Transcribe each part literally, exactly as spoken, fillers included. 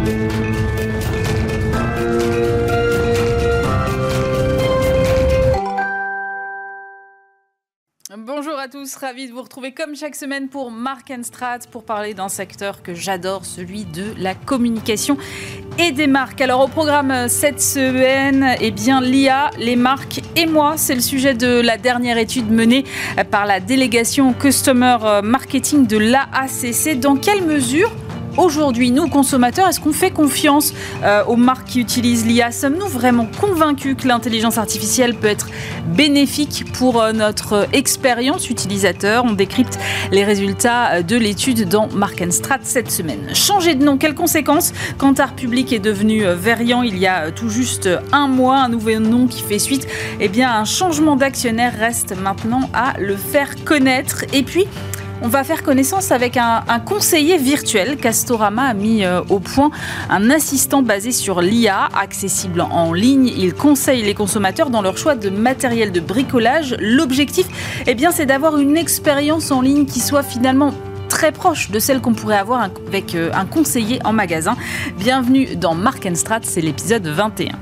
Bonjour à tous, ravi de vous retrouver comme chaque semaine pour Mark and Strat pour parler d'un secteur que j'adore, celui de la communication et des marques. Alors au programme cette semaine, eh bien l'I A, les marques et moi, c'est le sujet de la dernière étude menée par la délégation Customer Marketing de l'A A C C. Dans quelle mesure aujourd'hui, nous, consommateurs, est-ce qu'on fait confiance euh, aux marques qui utilisent l'I A ? Sommes-nous vraiment convaincus que l'intelligence artificielle peut être bénéfique pour euh, notre expérience utilisateur ? On décrypte les résultats de l'étude dans Mark and Strat cette semaine. Changer de nom, quelles conséquences ? Kantar Public est devenu euh, Verian il y a tout juste un mois, un nouveau nom qui fait suite. Eh bien, un changement d'actionnaire reste maintenant à le faire connaître. Et puis, on va faire connaissance avec un, un conseiller virtuel. Castorama a mis euh, au point un assistant basé sur l'I A, accessible en ligne. Il conseille les consommateurs dans leur choix de matériel de bricolage. L'objectif, eh bien, c'est d'avoir une expérience en ligne qui soit finalement très proche de celle qu'on pourrait avoir avec euh, un conseiller en magasin. Bienvenue dans Mark and Strat, c'est l'épisode vingt et un.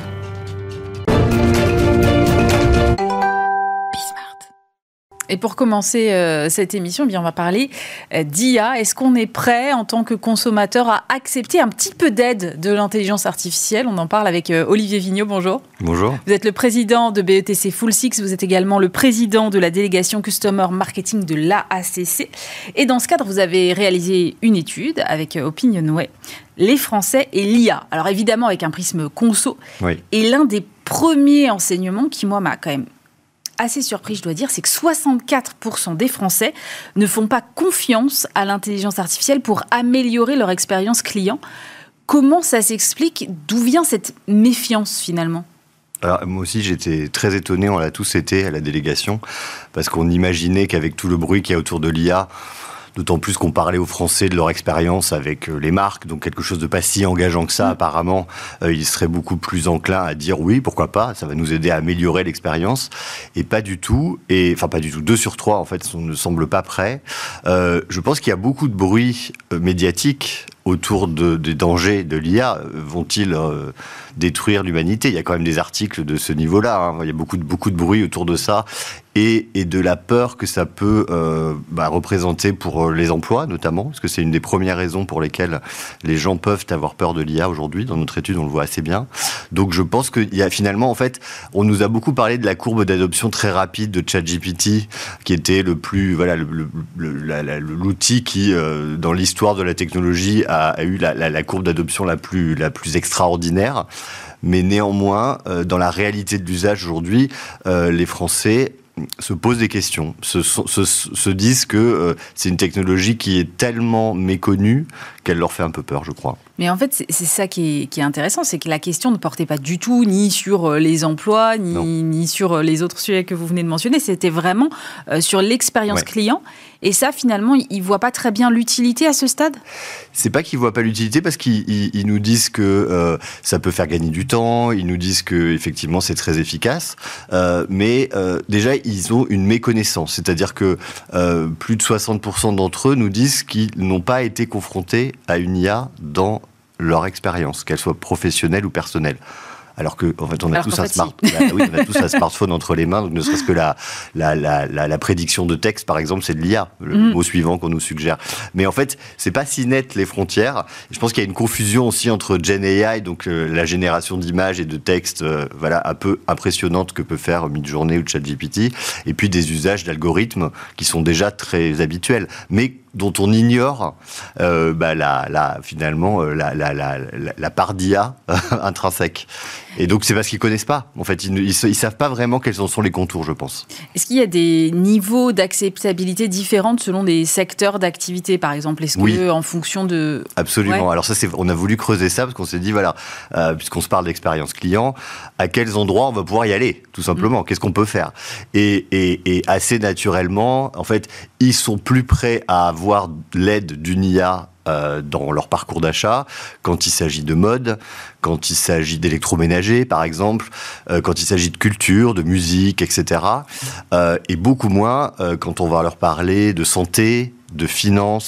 Et pour commencer euh, cette émission, eh bien, on va parler euh, d'I A. Est-ce qu'on est prêt en tant que consommateur à accepter un petit peu d'aide de l'intelligence artificielle ? On en parle avec euh, Olivier Vigneault, bonjour. Bonjour. Vous êtes le président de B E T C Full Six, vous êtes également le président de la délégation Customer Marketing de l'A A C C. Et dans ce cadre, vous avez réalisé une étude avec euh, Opinionway, les Français et l'I A. Alors évidemment avec un prisme conso. Oui. Et l'un des premiers enseignements qui, moi, m'a quand même assez surpris, je dois dire, c'est que soixante-quatre pour cent des Français ne font pas confiance à l'intelligence artificielle pour améliorer leur expérience client. Comment ça s'explique ? D'où vient cette méfiance finalement ? Alors, moi aussi, j'étais très étonné, on l'a tous été à la délégation, parce qu'on imaginait qu'avec tout le bruit qu'il y a autour de l'I A, d'autant plus qu'on parlait aux Français de leur expérience avec les marques, donc quelque chose de pas si engageant que ça, mmh. apparemment, euh, ils seraient beaucoup plus enclins à dire oui, pourquoi pas, ça va nous aider à améliorer l'expérience, et pas du tout, et enfin pas du tout, deux sur trois en fait, on ne semble pas prêts. Euh, je pense qu'il y a beaucoup de bruit euh, médiatique autour de, des dangers de l'I A. Vont-ils euh, détruire l'humanité ? Il y a quand même des articles de ce niveau-là, hein. Il y a beaucoup de, beaucoup de bruit autour de ça, et, et de la peur que ça peut euh, bah, représenter pour les emplois, notamment, parce que c'est une des premières raisons pour lesquelles les gens peuvent avoir peur de l'I A aujourd'hui. Dans notre étude, on le voit assez bien. Donc je pense qu'il y a finalement, en fait, on nous a beaucoup parlé de la courbe d'adoption très rapide de ChatGPT, qui était le plus, voilà, le, le, le, la, la, l'outil qui, euh, dans l'histoire de la technologie, a, a eu la, la, la courbe d'adoption la plus, la plus extraordinaire. Mais néanmoins, euh, dans la réalité de l'usage aujourd'hui, euh, les Français se posent des questions, se, se, se disent que euh, c'est une technologie qui est tellement méconnue qu'elle leur fait un peu peur, je crois. Mais en fait, c'est, c'est ça qui est, qui est intéressant, c'est que la question ne portait pas du tout ni sur les emplois, ni, ni sur les autres sujets que vous venez de mentionner, c'était vraiment euh, sur l'expérience ouais. client. Et ça, finalement, ils ne voient pas très bien l'utilité à ce stade ? C'est pas qu'ils ne voient pas l'utilité, parce qu'ils ils, ils nous disent que euh, ça peut faire gagner du temps, ils nous disent qu'effectivement c'est très efficace, euh, mais euh, déjà ils ont une méconnaissance, c'est-à-dire que euh, plus de soixante pour cent d'entre eux nous disent qu'ils n'ont pas été confrontés à une I A dans leur expérience, qu'elle soit professionnelle ou personnelle. Alors que, en fait, on a Alors tous un fait, smart, si. bah, oui, on a tous un smartphone entre les mains, donc ne serait-ce que la, la, la, la, la prédiction de texte, par exemple, c'est de l'I A, le mm. mot suivant qu'on nous suggère. Mais en fait, c'est pas si net les frontières. Je pense qu'il y a une confusion aussi entre Gen A I, donc euh, la génération d'images et de textes, euh, voilà, un peu impressionnante que peut faire Midjourney ou ChatGPT, et puis des usages d'algorithmes qui sont déjà très habituels, mais dont on ignore euh, bah, la, la, finalement la, la, la, la, la part d'I A intrinsèque. Et donc c'est parce qu'ils connaissent pas. En fait, ils ne ils, ils savent pas vraiment quels en sont les contours, je pense. Est-ce qu'il y a des niveaux d'acceptabilité différents selon des secteurs d'activité, par exemple ? Est-ce oui. que en fonction de Absolument. Ouais. Alors ça, c'est, on a voulu creuser ça parce qu'on s'est dit voilà, euh, puisqu'on se parle d'expérience client, à quels endroits on va pouvoir y aller, tout simplement. Mmh. Qu'est-ce qu'on peut faire ? Et, et, et assez naturellement, en fait, ils sont plus prêts à avoir l'aide d'une I A Euh, dans leur parcours d'achat, quand il s'agit de mode, quand il s'agit d'électroménager, par exemple, euh, quand il s'agit de culture, de musique, et cetera. Euh, et beaucoup moins euh, quand on va leur parler de santé, de finances,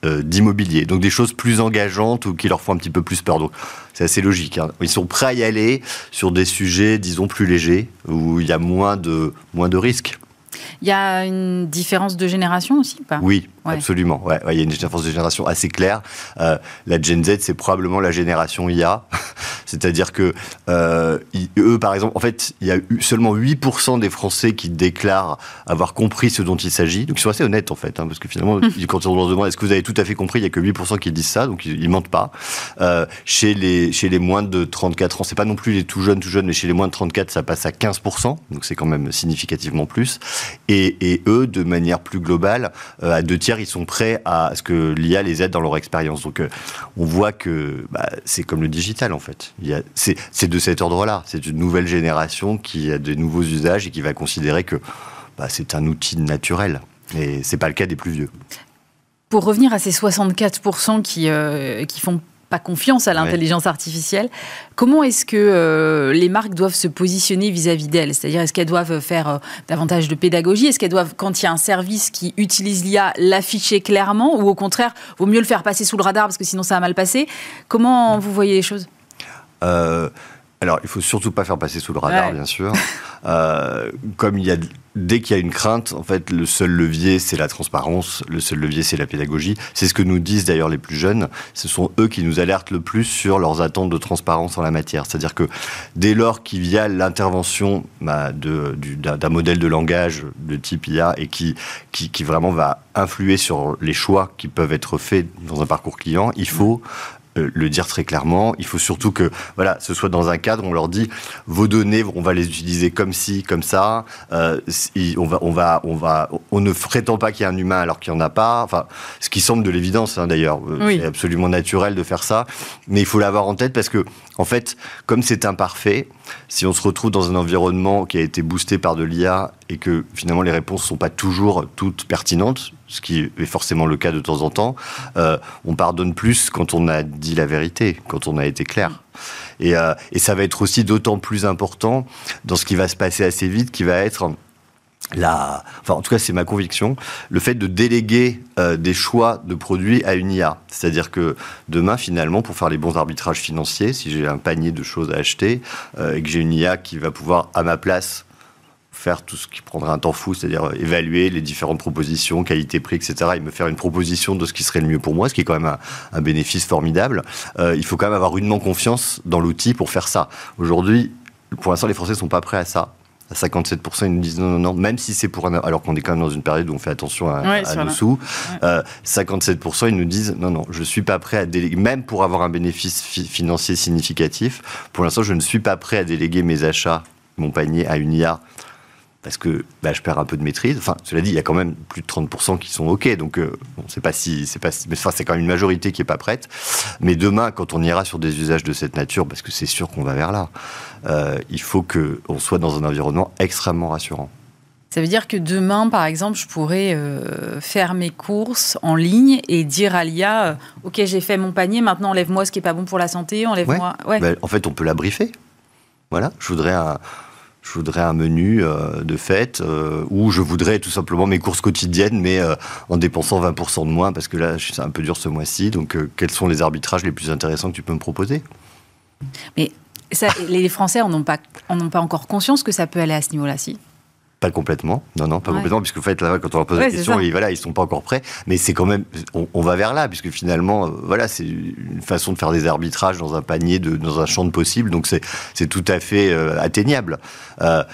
euh, d'immobilier. Donc des choses plus engageantes ou qui leur font un petit peu plus peur. Donc c'est assez logique. Hein. Ils sont prêts à y aller sur des sujets, disons, plus légers, où il y a moins de, moins de risques. Il y a une différence de génération aussi ou pas ? Oui, ouais. absolument. Ouais, ouais, il y a une différence de génération assez claire. Euh, la Gen Z, c'est probablement la génération I A. C'est-à-dire que euh, eux, par exemple, en fait, il y a eu seulement huit pour cent des Français qui déclarent avoir compris ce dont il s'agit. Donc ils sont assez honnêtes, en fait, hein, parce que finalement, mmh. quand on leur demande est-ce que vous avez tout à fait compris, il n'y a que huit pour cent qui disent ça, donc ils, ils mentent pas. Euh, chez les chez les moins de trente-quatre ans, c'est pas non plus les tout jeunes, tout jeunes, mais chez les moins de trente-quatre, ça passe à quinze pour cent, donc c'est quand même significativement plus. Et, et eux, de manière plus globale, euh, à deux tiers, ils sont prêts à ce que l'I A les aide dans leur expérience. Donc, euh, on voit que bah, c'est comme le digital, en fait. Il y a, c'est, c'est de cet ordre-là. C'est une nouvelle génération qui a de nouveaux usages et qui va considérer que bah, c'est un outil naturel. Et c'est pas le cas des plus vieux. Pour revenir à ces soixante-quatre pour cent qui, euh, qui font pas confiance à l'intelligence ouais. artificielle. Comment est-ce que euh, les marques doivent se positionner vis-à-vis d'elles ? C'est-à-dire, est-ce qu'elles doivent faire euh, davantage de pédagogie ? Est-ce qu'elles doivent, quand il y a un service qui utilise l'I A, l'afficher clairement ? Ou au contraire, vaut mieux le faire passer sous le radar parce que sinon ça va mal passer ? Comment vous voyez les choses ? euh, Alors, il ne faut surtout pas faire passer sous le radar, ouais. bien sûr. Euh, comme il y a... Dès qu'il y a une crainte, en fait, le seul levier, c'est la transparence, le seul levier, c'est la pédagogie. C'est ce que nous disent d'ailleurs les plus jeunes. Ce sont eux qui nous alertent le plus sur leurs attentes de transparence en la matière. C'est-à-dire que dès lors qu'il y a l'intervention bah, de, du, d'un, d'un modèle de langage de type I A et qui, qui, qui vraiment va influer sur les choix qui peuvent être faits dans un parcours client, il faut... Euh, le dire très clairement. Il faut surtout que, voilà, ce soit dans un cadre où on leur dit vos données, on va les utiliser comme ci, comme ça. Euh, on va, on va, on va, on ne prétend pas qu'il y a un humain alors qu'il n'y en a pas. Enfin, ce qui semble de l'évidence, hein, d'ailleurs. Oui. C'est absolument naturel de faire ça. Mais il faut l'avoir en tête parce que, en fait, comme c'est imparfait, si on se retrouve dans un environnement qui a été boosté par de l'I A et que finalement les réponses ne sont pas toujours toutes pertinentes, ce qui est forcément le cas de temps en temps, euh, on pardonne plus quand on a dit la vérité, quand on a été clair. Et, euh, et ça va être aussi d'autant plus important dans ce qui va se passer assez vite, qui va être... La, enfin, en tout cas, c'est ma conviction, le fait de déléguer euh, des choix de produits à une I A. C'est-à-dire que demain, finalement, pour faire les bons arbitrages financiers, si j'ai un panier de choses à acheter euh, et que j'ai une I A qui va pouvoir, à ma place, faire tout ce qui prendra un temps fou, c'est-à-dire évaluer les différentes propositions, qualité-prix, et cetera, et me faire une proposition de ce qui serait le mieux pour moi, ce qui est quand même un, un bénéfice formidable. Euh, il faut quand même avoir rudement confiance dans l'outil pour faire ça. Aujourd'hui, pour l'instant, les Français ne sont pas prêts à ça. À cinquante-sept pour cent, ils nous disent non, non, non, même si c'est pour un... Alors qu'on est quand même dans une période où on fait attention à, ouais, à nos sous. Ouais. Euh, cinquante-sept pour cent, ils nous disent non, non, je ne suis pas prêt à déléguer, même pour avoir un bénéfice fi- financier significatif. Pour l'instant, je ne suis pas prêt à déléguer mes achats, mon panier à une I A, parce que bah, je perds un peu de maîtrise. Enfin, cela dit, il y a quand même plus de trente pour cent qui sont OK, donc euh, bon, c'est pas si, c'est pas si, mais enfin, c'est quand même une majorité qui est pas prête. Mais demain, quand on ira sur des usages de cette nature, parce que c'est sûr qu'on va vers là, euh, il faut que on soit dans un environnement extrêmement rassurant. Ça veut dire que demain, par exemple, je pourrais euh, faire mes courses en ligne et dire à l'I A, euh, OK, j'ai fait mon panier, maintenant enlève-moi ce qui est pas bon pour la santé, enlève-moi... Ouais. Ouais. Bah, en fait, on peut la briefer. Voilà, je voudrais un... Je voudrais un menu euh, de fête euh, où je voudrais tout simplement mes courses quotidiennes, mais euh, en dépensant vingt pour cent de moins, parce que là, c'est un peu dur ce mois-ci. Donc, euh, quels sont les arbitrages les plus intéressants que tu peux me proposer ? Mais ça, les Français n'en ont pas, en ont pas encore conscience que ça peut aller à ce niveau-là, si ? Pas complètement, non, non, pas ouais. complètement, puisque en fait, là, quand on leur pose ouais, la question, ils, voilà, ils sont pas encore prêts, mais c'est quand même, on, on va vers là, puisque finalement, euh, voilà, c'est une façon de faire des arbitrages dans un panier, de, dans un champ de possibles, donc c'est, c'est tout à fait euh, atteignable. Euh,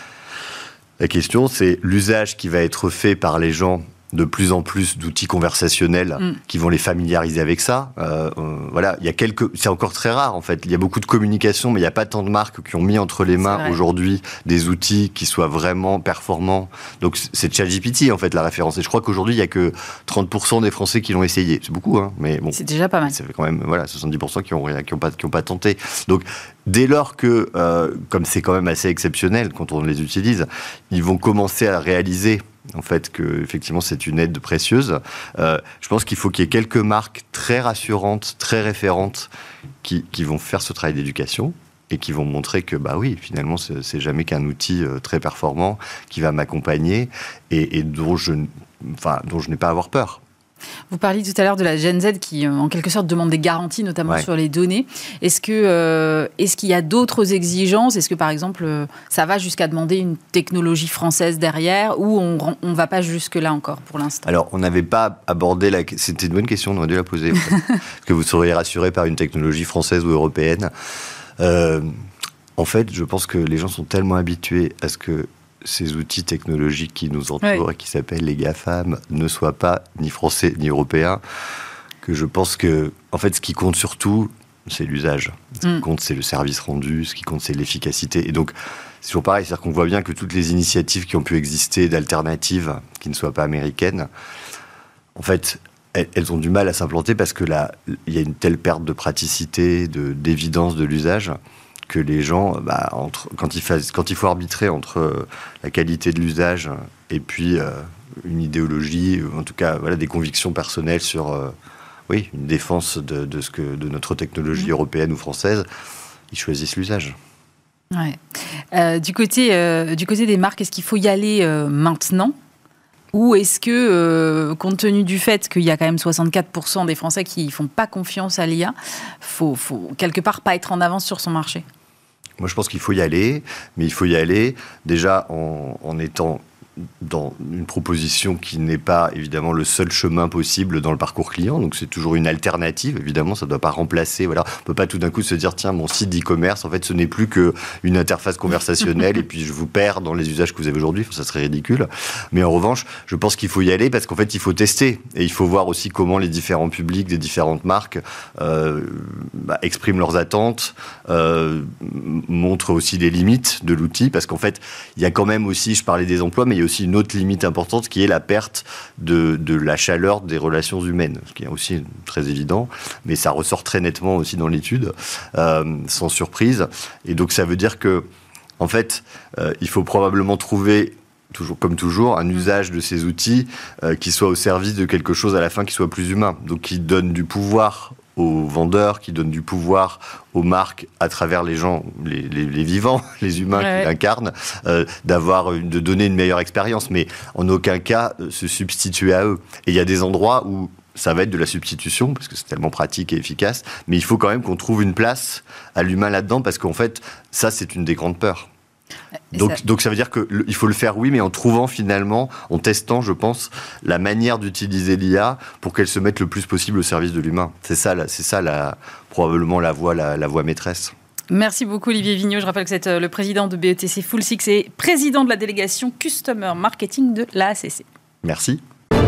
la question, c'est l'usage qui va être fait par les gens de plus en plus d'outils conversationnels mm. qui vont les familiariser avec ça. Euh, euh, voilà, il y a quelques, c'est encore très rare en fait. Il y a beaucoup de communication, mais il n'y a pas tant de marques qui ont mis entre les mains aujourd'hui des outils qui soient vraiment performants. Donc c'est ChatGPT en fait la référence. Et je crois qu'aujourd'hui il y a que trente pour cent des Français qui l'ont essayé. C'est beaucoup, hein, mais bon. C'est déjà pas mal. Ça fait quand même voilà soixante-dix pour cent qui ont qui ont pas qui ont pas tenté. Donc dès lors que, euh, comme c'est quand même assez exceptionnel quand on les utilise, ils vont commencer à réaliser en fait que effectivement c'est une aide précieuse. Euh, je pense qu'il faut qu'il y ait quelques marques très rassurantes, très référentes qui, qui vont faire ce travail d'éducation et qui vont montrer que bah oui finalement c'est, c'est jamais qu'un outil euh, très performant qui va m'accompagner et, et dont je enfin dont je n'ai pas à avoir peur. Vous parliez tout à l'heure de la Gen Z qui, en quelque sorte, demande des garanties, notamment ouais. sur les données. Est-ce que, euh, est-ce qu'il y a d'autres exigences ? Est-ce que, par exemple, ça va jusqu'à demander une technologie française derrière ou on ne va pas jusque-là encore, pour l'instant ? Alors, on n'avait pas abordé la... C'était une bonne question, on aurait dû la poser. Est-ce que vous seriez rassuré par une technologie française ou européenne ? euh, En fait, je pense que les gens sont tellement habitués à ce que ces outils technologiques qui nous entourent, oui. et qui s'appellent les GAFAM, ne soient pas ni français ni européens, que je pense que, en fait, ce qui compte surtout, c'est l'usage. Ce qui mm. compte, c'est le service rendu, ce qui compte, c'est l'efficacité. Et donc, c'est toujours pareil, c'est-à-dire qu'on voit bien que toutes les initiatives qui ont pu exister d'alternatives, qui ne soient pas américaines, en fait, elles, elles ont du mal à s'implanter parce que là, il y a une telle perte de praticité, de, d'évidence de l'usage, que les gens, bah, entre, quand, il fasse, quand il faut arbitrer entre euh, la qualité de l'usage et puis euh, une idéologie, en tout cas voilà, des convictions personnelles sur euh, oui, une défense de, de, ce que, de notre technologie mmh. européenne ou française, ils choisissent l'usage. Ouais. Euh, du, côté, euh, du côté des marques, est-ce qu'il faut y aller euh, maintenant ? Ou est-ce que, euh, compte tenu du fait qu'il y a quand même soixante-quatre pour cent des Français qui ne font pas confiance à l'I A, il faut, faut quelque part pas être en avance sur son marché ? Moi, je pense qu'il faut y aller, mais il faut y aller déjà en, en étant dans une proposition qui n'est pas évidemment le seul chemin possible dans le parcours client, donc c'est toujours une alternative, évidemment ça ne doit pas remplacer, voilà. On ne peut pas tout d'un coup se dire tiens mon site d'e-commerce en fait ce n'est plus qu'une interface conversationnelle et puis je vous perds dans les usages que vous avez aujourd'hui, ça serait ridicule, mais en revanche je pense qu'il faut y aller parce qu'en fait il faut tester et il faut voir aussi comment les différents publics des différentes marques euh, bah, expriment leurs attentes, euh, montrent aussi les limites de l'outil, parce qu'en fait il y a quand même aussi, je parlais des emplois, mais il y a aussi une autre limite importante qui est la perte de, de la chaleur des relations humaines, ce qui est aussi très évident, mais ça ressort très nettement aussi dans l'étude, euh, sans surprise. Et donc ça veut dire que, en fait, euh, il faut probablement trouver, toujours, comme toujours, un usage de ces outils euh, qui soit au service de quelque chose à la fin qui soit plus humain, donc qui donne du pouvoir aux vendeurs, qui donnent du pouvoir aux marques à travers les gens, les, les, les vivants, les humains ouais. qui l'incarnent, euh, d'avoir, une, de donner une meilleure expérience, mais en aucun cas euh, se substituer à eux. Et il y a des endroits où ça va être de la substitution, parce que c'est tellement pratique et efficace, mais il faut quand même qu'on trouve une place à l'humain là-dedans, parce qu'en fait, ça, c'est une des grandes peurs. Donc ça... donc ça veut dire qu'il faut le faire, oui, mais en trouvant finalement, en testant, je pense, la manière d'utiliser l'I A pour qu'elle se mette le plus possible au service de l'humain. C'est ça, c'est ça la, probablement la voie, la, la voie maîtresse. Merci beaucoup Olivier Vigneault. Je rappelle que vous êtes le président de B E T C Full Six et président de la délégation Customer Marketing de l'A C C. Merci.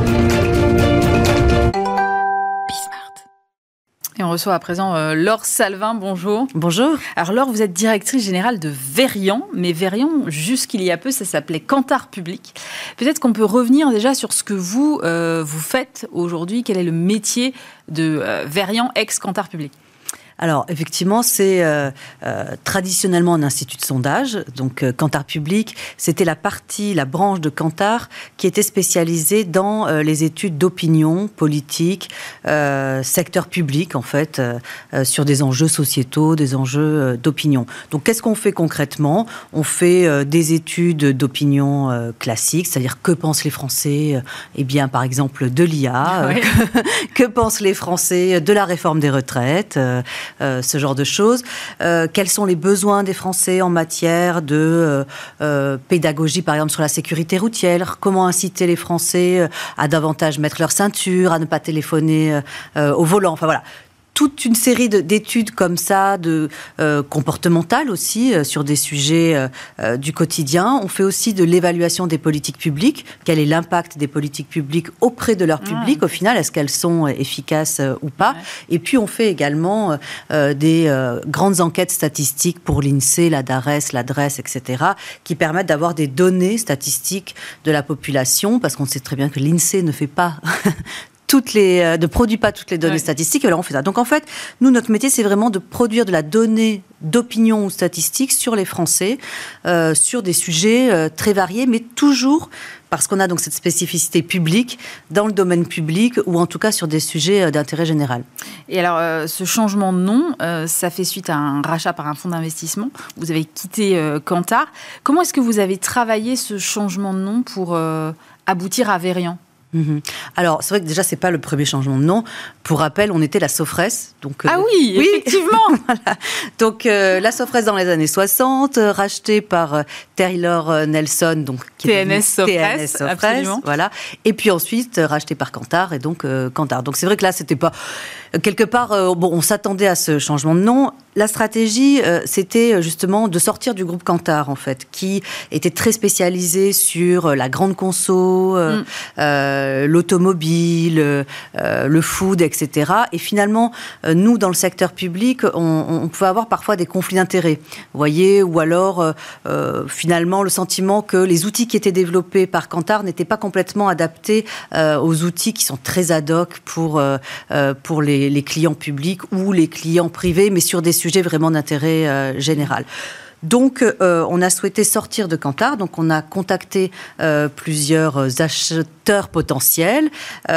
Et on reçoit à présent euh, Laure Salvin, bonjour. Bonjour. Alors Laure, vous êtes directrice générale de Verian, mais Verian, jusqu'il y a peu, ça s'appelait Kantar Public. Peut-être qu'on peut revenir déjà sur ce que vous, euh, vous faites aujourd'hui. Quel est le métier de euh, Verian ex-Kantar Public ? Alors, effectivement, c'est euh, euh, traditionnellement un institut de sondage. Donc, euh, Kantar Public, c'était la partie, la branche de Kantar qui était spécialisée dans euh, les études d'opinion politique, euh, secteur public, en fait, euh, euh, sur des enjeux sociétaux, des enjeux euh, d'opinion. Donc, qu'est-ce qu'on fait concrètement ? On fait euh, des études d'opinion euh, classiques, c'est-à-dire que pensent les Français, euh, eh bien, par exemple, de l'I A, euh, oui. que, que pensent les Français de la réforme des retraites, euh, Euh, ce genre de choses. Euh, quels sont les besoins des Français en matière de euh, euh, pédagogie, par exemple, sur la sécurité routière ? Comment inciter les Français à davantage mettre leur ceinture, à ne pas téléphoner euh, au volant ? Enfin, voilà. Toute une série de, d'études comme ça, de, euh, comportementales aussi, euh, sur des sujets euh, euh, du quotidien. On fait aussi de l'évaluation des politiques publiques. Quel est l'impact des politiques publiques auprès de leur public ? Ah, au final, est-ce qu'elles sont efficaces euh, ou pas ? Ouais. Et puis, on fait également euh, des euh, grandes enquêtes statistiques pour l'INSEE, la DARES, l'adresse, et cetera, qui permettent d'avoir des données statistiques de la population, parce qu'on sait très bien que l'INSEE ne fait pas... Toutes les, euh, ne produit pas toutes les données ouais. statistiques, et alors on fait ça. Donc en fait, nous, notre métier, c'est vraiment de produire de la donnée d'opinion ou statistique sur les Français, euh, sur des sujets euh, très variés, mais toujours parce qu'on a donc cette spécificité publique dans le domaine public, ou en tout cas sur des sujets euh, d'intérêt général. Et alors, euh, ce changement de nom, euh, ça fait suite à un rachat par un fonds d'investissement. Vous avez quitté euh, Kantar. Comment est-ce que vous avez travaillé ce changement de nom pour euh, aboutir à Verian ? Mmh. Alors, c'est vrai que déjà, c'est pas le premier changement de nom. Pour rappel, on était la Sofres. Donc, ah euh, oui, oui, effectivement. Voilà. Donc, euh, la Sofres dans les années soixante, euh, rachetée par euh, Taylor Nelson, donc qui T N S Sofres, T N S Sofres, absolument. Voilà. Et puis ensuite, euh, racheté par Kantar, et donc euh, Kantar. Donc, c'est vrai que là, c'était pas... Quelque part, euh, bon, on s'attendait à ce changement de nom. La stratégie, euh, c'était justement de sortir du groupe Kantar, en fait, qui était très spécialisé sur euh, la grande conso, euh, mm. euh, l'automobile, euh, le food, et cetera. Et finalement, euh, nous, dans le secteur public, on, on pouvait avoir parfois des conflits d'intérêts, vous voyez, ou alors, euh, euh, finalement, le sentiment que les outils qui étaient développés par Kantar n'étaient pas complètement adaptés euh, aux outils qui sont très ad hoc pour, euh, pour les les clients publics ou les clients privés, mais sur des sujets vraiment d'intérêt euh, général. Donc, euh, on a souhaité sortir de Kantar. Donc, on a contacté euh, plusieurs acheteurs potentiels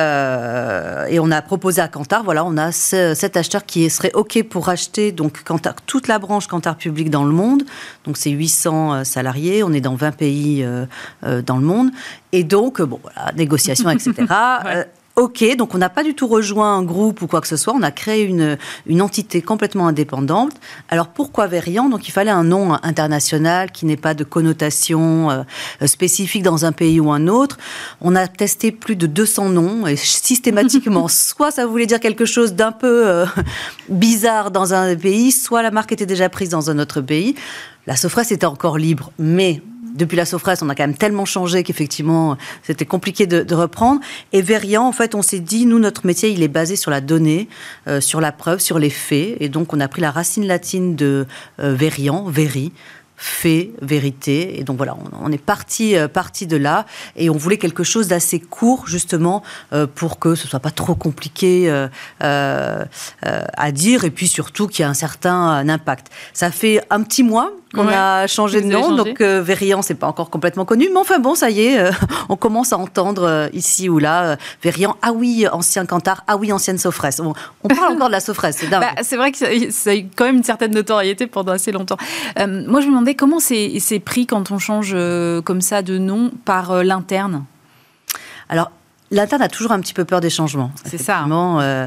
euh, et on a proposé à Kantar, voilà, on a ce, cet acheteur qui serait OK pour acheter donc Kantar, toute la branche Kantar Public dans le monde. Donc, c'est huit cents salariés. On est dans vingt pays euh, euh, dans le monde. Et donc, bon, voilà, négociations, et cetera. ouais. euh, OK, donc on n'a pas du tout rejoint un groupe ou quoi que ce soit, on a créé une, une entité complètement indépendante. Alors pourquoi Verian ? Donc il fallait un nom international qui n'ait pas de connotation euh, spécifique dans un pays ou un autre. On a testé plus de deux cents noms et systématiquement, soit ça voulait dire quelque chose d'un peu euh, bizarre dans un pays, soit la marque était déjà prise dans un autre pays. La Sofres était encore libre, mais... Depuis la Sofres, on a quand même tellement changé qu'effectivement, c'était compliqué de, de reprendre. Et Verian, en fait, on s'est dit, nous, notre métier, il est basé sur la donnée, euh, sur la preuve, sur les faits. Et donc, on a pris la racine latine de euh, Verian, veri, fait, vérité. Et donc, voilà, on, on est parti, euh, parti de là. Et on voulait quelque chose d'assez court, justement, euh, pour que ce ne soit pas trop compliqué euh, euh, à dire. Et puis, surtout, qu'il y ait un certain impact. Ça fait un petit mois qu'on ouais, a changé de nom, donc euh, Verian, c'est pas encore complètement connu, mais enfin bon, ça y est, euh, on commence à entendre euh, ici ou là, euh, Verian, ah oui, ancien Kantar, ah oui, ancienne Sofres. On, on parle encore de la Sofres, c'est dingue. Bah, c'est vrai que ça, ça a eu quand même une certaine notoriété pendant assez longtemps. Euh, moi, je me demandais comment c'est, c'est pris quand on change euh, comme ça de nom par euh, l'interne. Alors, l'interne a toujours un petit peu peur des changements. C'est ça. Hein. Euh,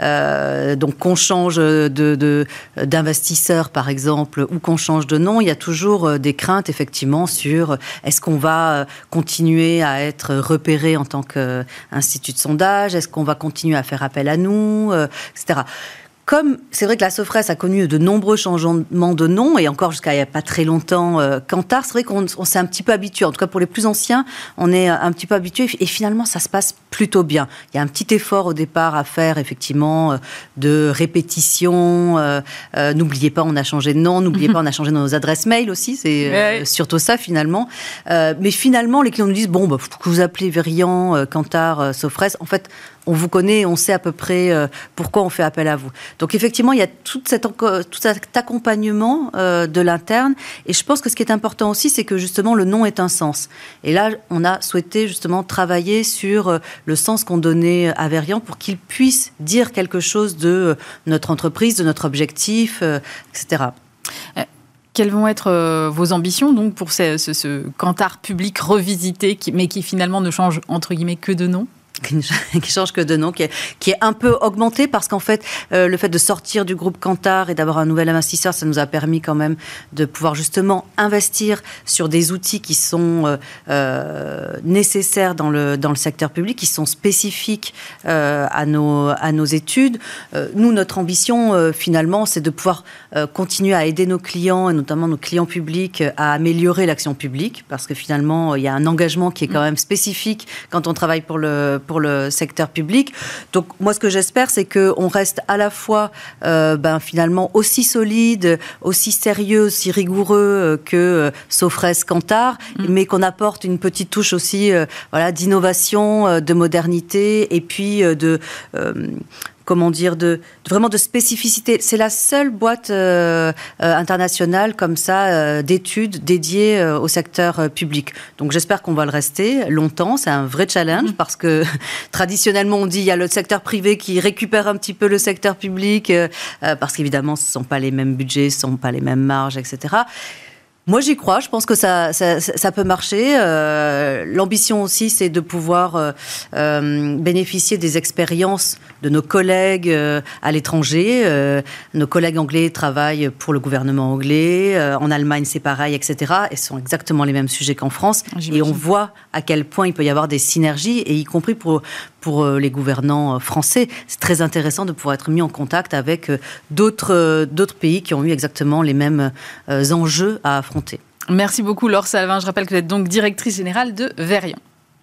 euh, donc, qu'on change de, de, d'investisseur, par exemple, ou qu'on change de nom, il y a toujours des craintes, effectivement, sur est-ce qu'on va continuer à être repéré en tant qu'institut de sondage, est-ce qu'on va continuer à faire appel à nous, euh, et cetera. Comme c'est vrai que la Sofres a connu de nombreux changements de nom, et encore jusqu'à il n'y a pas très longtemps, euh, Kantar, c'est vrai qu'on on s'est un petit peu habitué. En tout cas, pour les plus anciens, on est un petit peu habitué. Et finalement, ça se passe plutôt bien. Il y a un petit effort au départ à faire, effectivement, euh, de répétition. Euh, euh, n'oubliez pas, on a changé de nom. N'oubliez pas, on a changé nos adresses mail aussi. C'est euh, ouais. surtout ça, finalement. Euh, mais finalement, les clients nous disent, bon, bah, que vous appelez Verian, euh, Kantar, euh, Sofres, en fait, on vous connaît, on sait à peu près euh, pourquoi on fait appel à vous. Donc effectivement, il y a tout cet, tout cet accompagnement euh, de l'interne. Et je pense que ce qui est important aussi, c'est que justement, le nom ait un sens. Et là, on a souhaité justement travailler sur euh, le sens qu'on donnait à Verian pour qu'il puisse dire quelque chose de euh, notre entreprise, de notre objectif, euh, et cetera. Euh. Quelles vont être euh, vos ambitions donc, pour ce, ce, ce Kantar public revisité, qui, mais qui finalement ne change entre guillemets que de nom ? Qui ne change que de nom, qui est, qui est un peu augmenté parce qu'en fait, euh, le fait de sortir du groupe Kantar et d'avoir un nouvel investisseur, ça nous a permis quand même de pouvoir justement investir sur des outils qui sont euh, euh, nécessaires dans le, dans le secteur public, qui sont spécifiques euh, à, nos, à nos études. Euh, nous, notre ambition, euh, finalement, c'est de pouvoir euh, continuer à aider nos clients, et notamment nos clients publics, à améliorer l'action publique, parce que finalement, il y a un engagement qui est quand même spécifique quand on travaille pour le pour le secteur public. Donc, moi, ce que j'espère, c'est qu'on reste à la fois, euh, ben, finalement, aussi solide, aussi sérieux, aussi rigoureux que euh, Sofres, Kantar, mmh. mais qu'on apporte une petite touche aussi euh, voilà, d'innovation, euh, de modernité, et puis euh, de... Euh, comment dire, de, de vraiment de spécificité. C'est la seule boîte euh, euh, internationale comme ça euh, d'études dédiées euh, au secteur euh, public. Donc j'espère qu'on va le rester longtemps. C'est un vrai challenge mmh. parce que traditionnellement on dit il y a le secteur privé qui récupère un petit peu le secteur public euh, parce qu'évidemment ce ne sont pas les mêmes budgets, ce ne sont pas les mêmes marges, et cetera. Moi, j'y crois. Je pense que ça, ça, ça peut marcher. Euh, l'ambition aussi, c'est de pouvoir euh, euh, bénéficier des expériences de nos collègues euh, à l'étranger. Euh, nos collègues anglais travaillent pour le gouvernement anglais. Euh, en Allemagne, c'est pareil, et cetera. Et ce sont exactement les mêmes sujets qu'en France. J'imagine. Et on voit à quel point il peut y avoir des synergies, et y compris pour, pour les gouvernants français. C'est très intéressant de pouvoir être mis en contact avec d'autres, d'autres pays qui ont eu exactement les mêmes euh, enjeux à affronter. Merci beaucoup Laure Salvin. Je rappelle que vous êtes donc directrice générale de Verian.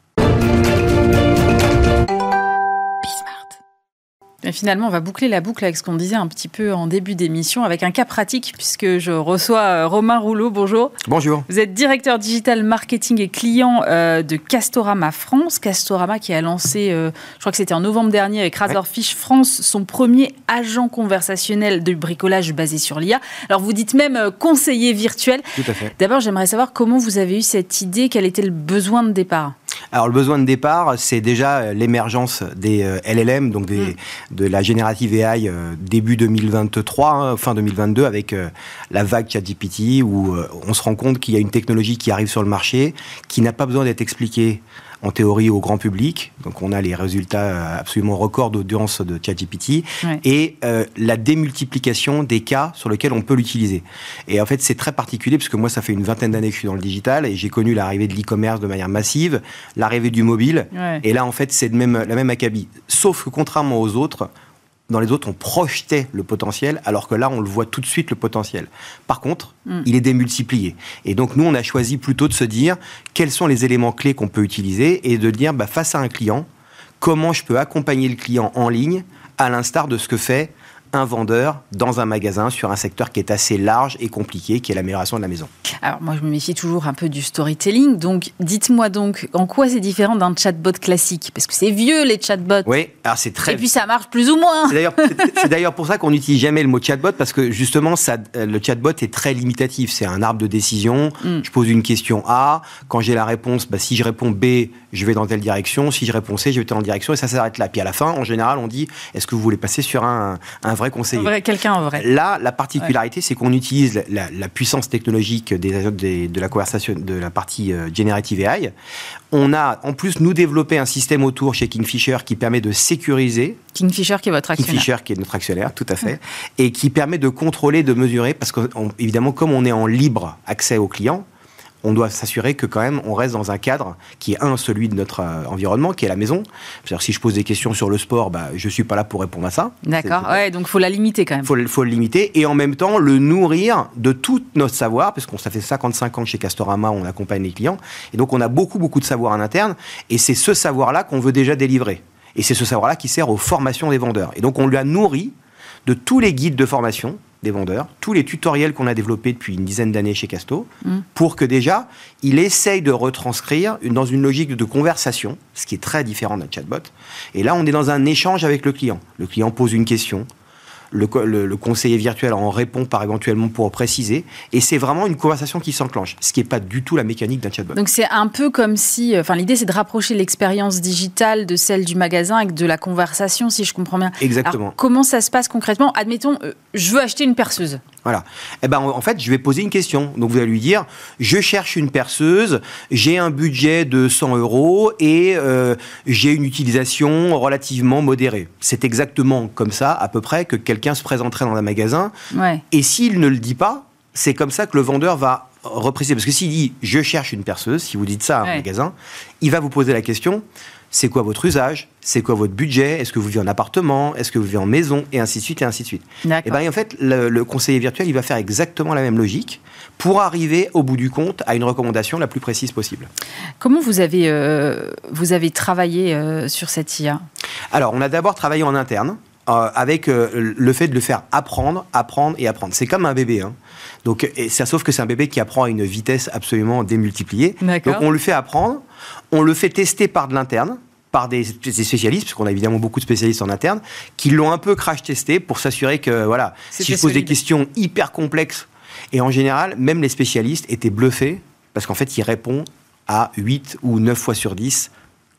Et finalement, on va boucler la boucle avec ce qu'on disait un petit peu en début d'émission, avec un cas pratique, puisque je reçois Romain Rouleau. Bonjour. Bonjour. Vous êtes directeur digital marketing et client euh, de Castorama France. Castorama qui a lancé, euh, je crois que c'était en novembre dernier, avec Razorfish France, son premier agent conversationnel de bricolage basé sur l'I A. Alors, vous dites même euh, conseiller virtuel. Tout à fait. D'abord, j'aimerais savoir comment vous avez eu cette idée, quel était le besoin de départ ? Alors, le besoin de départ, c'est déjà l'émergence des euh, L L M, donc des, mmh. de la générative A I euh, début deux mille vingt-trois, hein, fin deux mille vingt-deux, avec euh, la vague ChatGPT, où euh, on se rend compte qu'il y a une technologie qui arrive sur le marché, qui n'a pas besoin d'être expliquée en théorie au grand public. Donc, on a les résultats absolument records d'audience de ChatGPT, ouais. et euh, la démultiplication des cas sur lesquels on peut l'utiliser. Et en fait, c'est très particulier, parce que moi, ça fait une vingtaine d'années que je suis dans le digital, et j'ai connu l'arrivée de l'e-commerce de manière massive, l'arrivée du mobile, ouais. et là, en fait, c'est de même, la même acabit. Sauf que, contrairement aux autres, dans les autres, on projetait le potentiel, alors que là, on le voit tout de suite, le potentiel. Par contre, mm. il est démultiplié. Et donc, nous, on a choisi plutôt de se dire quels sont les éléments clés qu'on peut utiliser, et de dire, bah, face à un client, comment je peux accompagner le client en ligne, à l'instar de ce que fait un vendeur dans un magasin sur un secteur qui est assez large et compliqué, qui est l'amélioration de la maison. Alors moi, je me méfie toujours un peu du storytelling. Donc, dites-moi donc, en quoi c'est différent d'un chatbot classique ? Parce que c'est vieux, les chatbots. Oui, alors c'est très... Et puis ça marche plus ou moins. C'est d'ailleurs, c'est, c'est d'ailleurs pour ça qu'on n'utilise jamais le mot chatbot, parce que justement, ça, le chatbot est très limitatif. C'est un arbre de décision. Mm. Je pose une question A. Quand j'ai la réponse, bah, si je réponds B, je vais dans telle direction. Si je réponds C, je vais dans telle direction. Et ça s'arrête là. Puis à la fin, en général, on dit, est-ce que vous voulez passer sur un, un vrai conseiller ? Vrai, quelqu'un en vrai. Là, la particularité, ouais. c'est qu'on utilise la, la, la puissance technologique des, des, de la conversation, de la partie euh, Generative A I. On a, en plus, nous développé un système autour chez Kingfisher qui permet de sécuriser. Kingfisher qui est votre actionnaire. Kingfisher qui est notre actionnaire, tout à fait. Mmh. Et qui permet de contrôler, de mesurer, parce qu'évidemment, comme on est en libre accès aux clients, on doit s'assurer que quand même on reste dans un cadre qui est un, celui de notre euh, environnement, qui est la maison. C'est-à-dire si je pose des questions sur le sport, bah, je ne suis pas là pour répondre à ça. D'accord, c'est, c'est ouais, donc il faut la limiter quand même. Il faut, faut le limiter et en même temps le nourrir de tout notre savoir, parce qu'on ça fait cinquante-cinq ans que chez Castorama, on accompagne les clients. Et donc on a beaucoup, beaucoup de savoir en interne et c'est ce savoir-là qu'on veut déjà délivrer. Et c'est ce savoir-là qui sert aux formations des vendeurs. Et donc on lui a nourri de tous les guides de formation des vendeurs, tous les tutoriels qu'on a développés depuis une dizaine d'années chez Casto, mmh. pour que déjà, il essaye de retranscrire une, dans une logique de conversation, ce qui est très différent d'un chatbot. Et là, on est dans un échange avec le client. Le client pose une question, le, le, le conseiller virtuel en répond par éventuellement pour préciser, et c'est vraiment une conversation qui s'enclenche, ce qui n'est pas du tout la mécanique d'un chatbot. Donc c'est un peu comme si, enfin l'idée c'est de rapprocher l'expérience digitale de celle du magasin avec de la conversation, si je comprends bien. Exactement. Alors, comment ça se passe concrètement ? Admettons, euh, je veux acheter une perceuse. Voilà. Eh ben, en fait, je vais poser une question. Donc, vous allez lui dire, je cherche une perceuse, j'ai un budget de cent euros et euh, j'ai une utilisation relativement modérée. C'est exactement comme ça, à peu près, que quelqu'un se présenterait dans un magasin. Ouais. Et s'il ne le dit pas, c'est comme ça que le vendeur va repréciser. Parce que s'il dit, je cherche une perceuse, si vous dites ça à un ouais. magasin, il va vous poser la question, c'est quoi votre usage ? C'est quoi votre budget ? Est-ce que vous vivez en appartement ? Est-ce que vous vivez en maison ? Et ainsi de suite, et ainsi de suite. Et bien, en fait, le, le conseiller virtuel, il va faire exactement la même logique pour arriver, au bout du compte, à une recommandation la plus précise possible. Comment vous avez, euh, vous avez travaillé euh, sur cette I A ? Alors, on a d'abord travaillé en interne, euh, avec euh, le fait de le faire apprendre, apprendre et apprendre. C'est comme un bébé, hein. Donc, et ça, sauf que c'est un bébé qui apprend à une vitesse absolument démultipliée. D'accord. Donc, on le fait apprendre, on le fait tester par de l'interne, par des, des spécialistes, parce qu'on a évidemment beaucoup de spécialistes en interne, qui l'ont un peu crash-testé pour s'assurer que, voilà, C'était si je pose solide. Des questions hyper complexes, et en général, même les spécialistes étaient bluffés, parce qu'en fait, il répond à huit ou neuf fois sur dix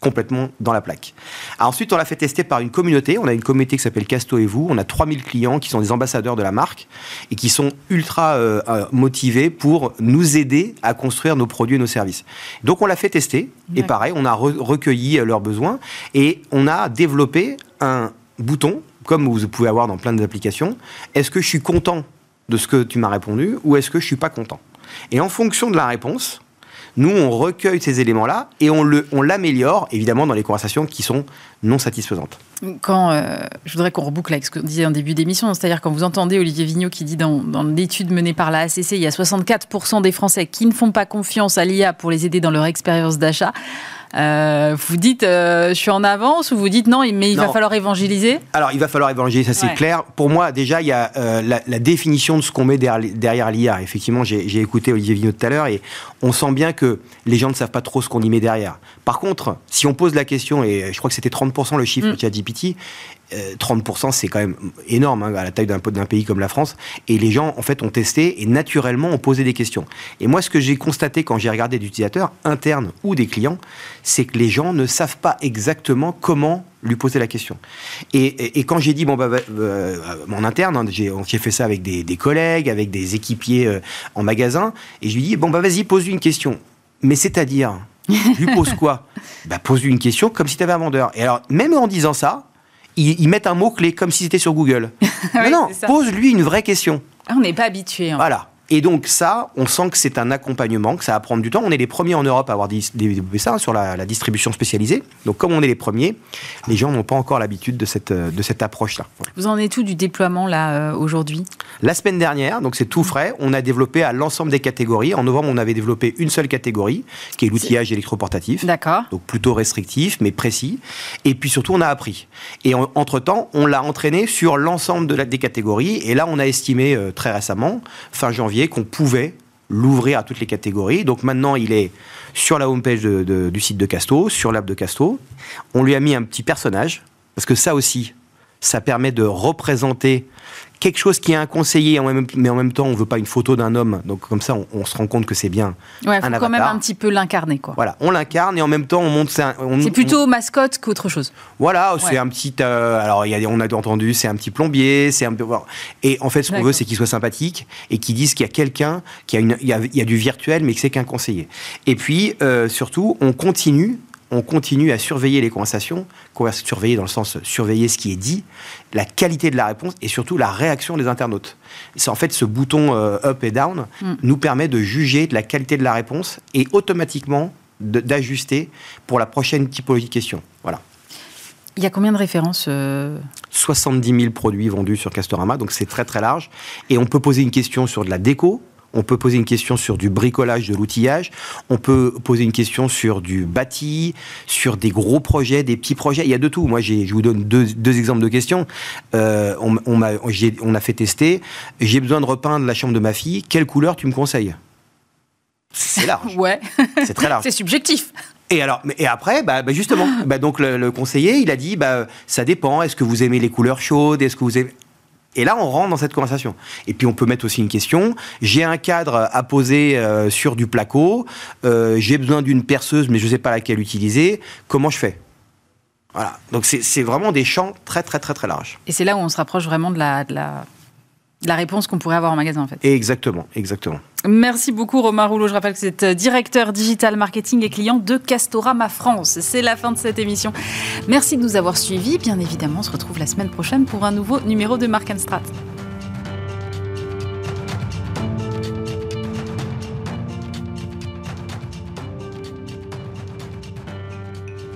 complètement dans la plaque. Alors ensuite, on l'a fait tester par une communauté. On a une communauté qui s'appelle Casto et vous. On a trois mille clients qui sont des ambassadeurs de la marque et qui sont ultra euh, motivés pour nous aider à construire nos produits et nos services. Donc, on l'a fait tester. Ouais. Et pareil, on a re- recueilli leurs besoins et on a développé un bouton, comme vous pouvez avoir dans plein d'applications. Est-ce que je suis content de ce que tu m'as répondu ou est-ce que je ne suis pas content ? Et en fonction de la réponse, nous, on recueille ces éléments-là et on, le, on l'améliore, évidemment, dans les conversations qui sont non satisfaisantes. Quand, euh, je voudrais qu'on reboucle avec ce qu'on disait en début d'émission, c'est-à-dire quand vous entendez Olivier Vigneault qui dit dans, dans l'étude menée par la A C C, il y a soixante-quatre pour cent des Français qui ne font pas confiance à l'I A pour les aider dans leur expérience d'achat. Euh, vous dites, euh, je suis en avance, ou vous dites non, mais il non. va falloir évangéliser ? Alors, il va falloir évangéliser, ça c'est ouais. clair. Pour moi, déjà, il y a euh, la, la définition de ce qu'on met derrière, derrière l'I A. Effectivement, j'ai, j'ai écouté Olivier Vigneault tout à l'heure et on sent bien que les gens ne savent pas trop ce qu'on y met derrière. Par contre, si on pose la question, et je crois que c'était trente pour cent le chiffre de mm. ChatGPT, euh, trente pour cent c'est quand même énorme hein, à la taille d'un, d'un pays comme la France. Et les gens, en fait, ont testé et naturellement ont posé des questions. Et moi, ce que j'ai constaté quand j'ai regardé des utilisateurs internes ou des clients, c'est que les gens ne savent pas exactement comment lui poser la question. Et, et, et quand j'ai dit, bon, bah, euh, en interne, hein, j'ai, j'ai fait ça avec des, des collègues, avec des équipiers euh, en magasin, et je lui dis, bon, bah, vas-y, pose-lui une question. Mais c'est-à-dire, je lui pose quoi ? Bah, pose-lui une question comme si tu avais un vendeur. Et alors, même en disant ça, ils, ils mettent un mot-clé comme si c'était sur Google. oui, non, non, pose-lui une vraie question. On n'est pas habitué. Hein. Voilà. Et donc ça, on sent que c'est un accompagnement, que ça va prendre du temps. On est les premiers en Europe à avoir développé ça hein, sur la, la distribution spécialisée. Donc comme on est les premiers, les gens n'ont pas encore l'habitude de cette, de cette approche-là. Vous en êtes où du déploiement là euh, aujourd'hui ? La semaine dernière, donc c'est tout frais, on a développé à l'ensemble des catégories. En novembre, on avait développé une seule catégorie, qui est l'outillage électroportatif. D'accord. Donc plutôt restrictif, mais précis. Et puis surtout, on a appris. Et en, entre-temps, on l'a entraîné sur l'ensemble de la, des catégories. Et là, on a estimé euh, très récemment, fin janvier, qu'on pouvait l'ouvrir à toutes les catégories. Donc maintenant, il est sur la homepage de, de, du site de Casto, sur l'app de Casto. On lui a mis un petit personnage, parce que ça aussi, ça permet de représenter quelque chose qui est un conseiller, mais en même temps, on ne veut pas une photo d'un homme. Donc comme ça, on, on se rend compte que c'est bien ouais, un avatar. Il faut quand même un petit peu l'incarner, quoi. Voilà, on l'incarne et en même temps, on monte... C'est, un, on, c'est plutôt on, mascotte qu'autre chose. Voilà, ouais. c'est un petit... Euh, alors, y a, on a entendu, c'est un petit plombier, c'est un peu... Et en fait, ce qu'on D'accord. veut, c'est qu'il soit sympathique et qu'il dise qu'il y a quelqu'un, qu'il y a, une, il y a, il y a du virtuel, mais que c'est qu'un conseiller. Et puis, euh, surtout, on continue... on continue à surveiller les conversations, surveiller dans le sens surveiller ce qui est dit, la qualité de la réponse et surtout la réaction des internautes. C'est en fait ce bouton euh, up et down mm. nous permet de juger de la qualité de la réponse et automatiquement de, d'ajuster pour la prochaine typologie de questions. Voilà. Il y a combien de références euh... soixante-dix mille produits vendus sur Castorama, donc c'est très très large. Et on peut poser une question sur de la déco. On peut poser une question sur du bricolage de l'outillage. On peut poser une question sur du bâti, sur des gros projets, des petits projets. Il y a de tout. Moi, j'ai, je vous donne deux, deux exemples de questions. Euh, on, on, m'a, j'ai, on a fait tester. J'ai besoin de repeindre la chambre de ma fille. Quelle couleur tu me conseilles ? C'est large. Ouais. C'est très large. C'est subjectif. Et alors, et après, bah, bah justement, bah donc le, le conseiller, il a dit, bah ça dépend. Est-ce que vous aimez les couleurs chaudes ? Est-ce que vous aimez... Et là, on rentre dans cette conversation. Et puis, on peut mettre aussi une question. J'ai un cadre à poser euh, sur du placo. Euh, j'ai besoin d'une perceuse, mais je ne sais pas laquelle utiliser. Comment je fais ? Voilà. Donc, c'est, c'est vraiment des champs très, très, très, très larges. Et c'est là où on se rapproche vraiment de la, de la, de la réponse qu'on pourrait avoir en magasin, en fait. Exactement, exactement. Merci beaucoup, Romain Rouleau. Je rappelle que vous êtes directeur digital marketing et client de Castorama France. C'est la fin de cette émission. Merci de nous avoir suivis. Bien évidemment, on se retrouve la semaine prochaine pour un nouveau numéro de Mark and Strat.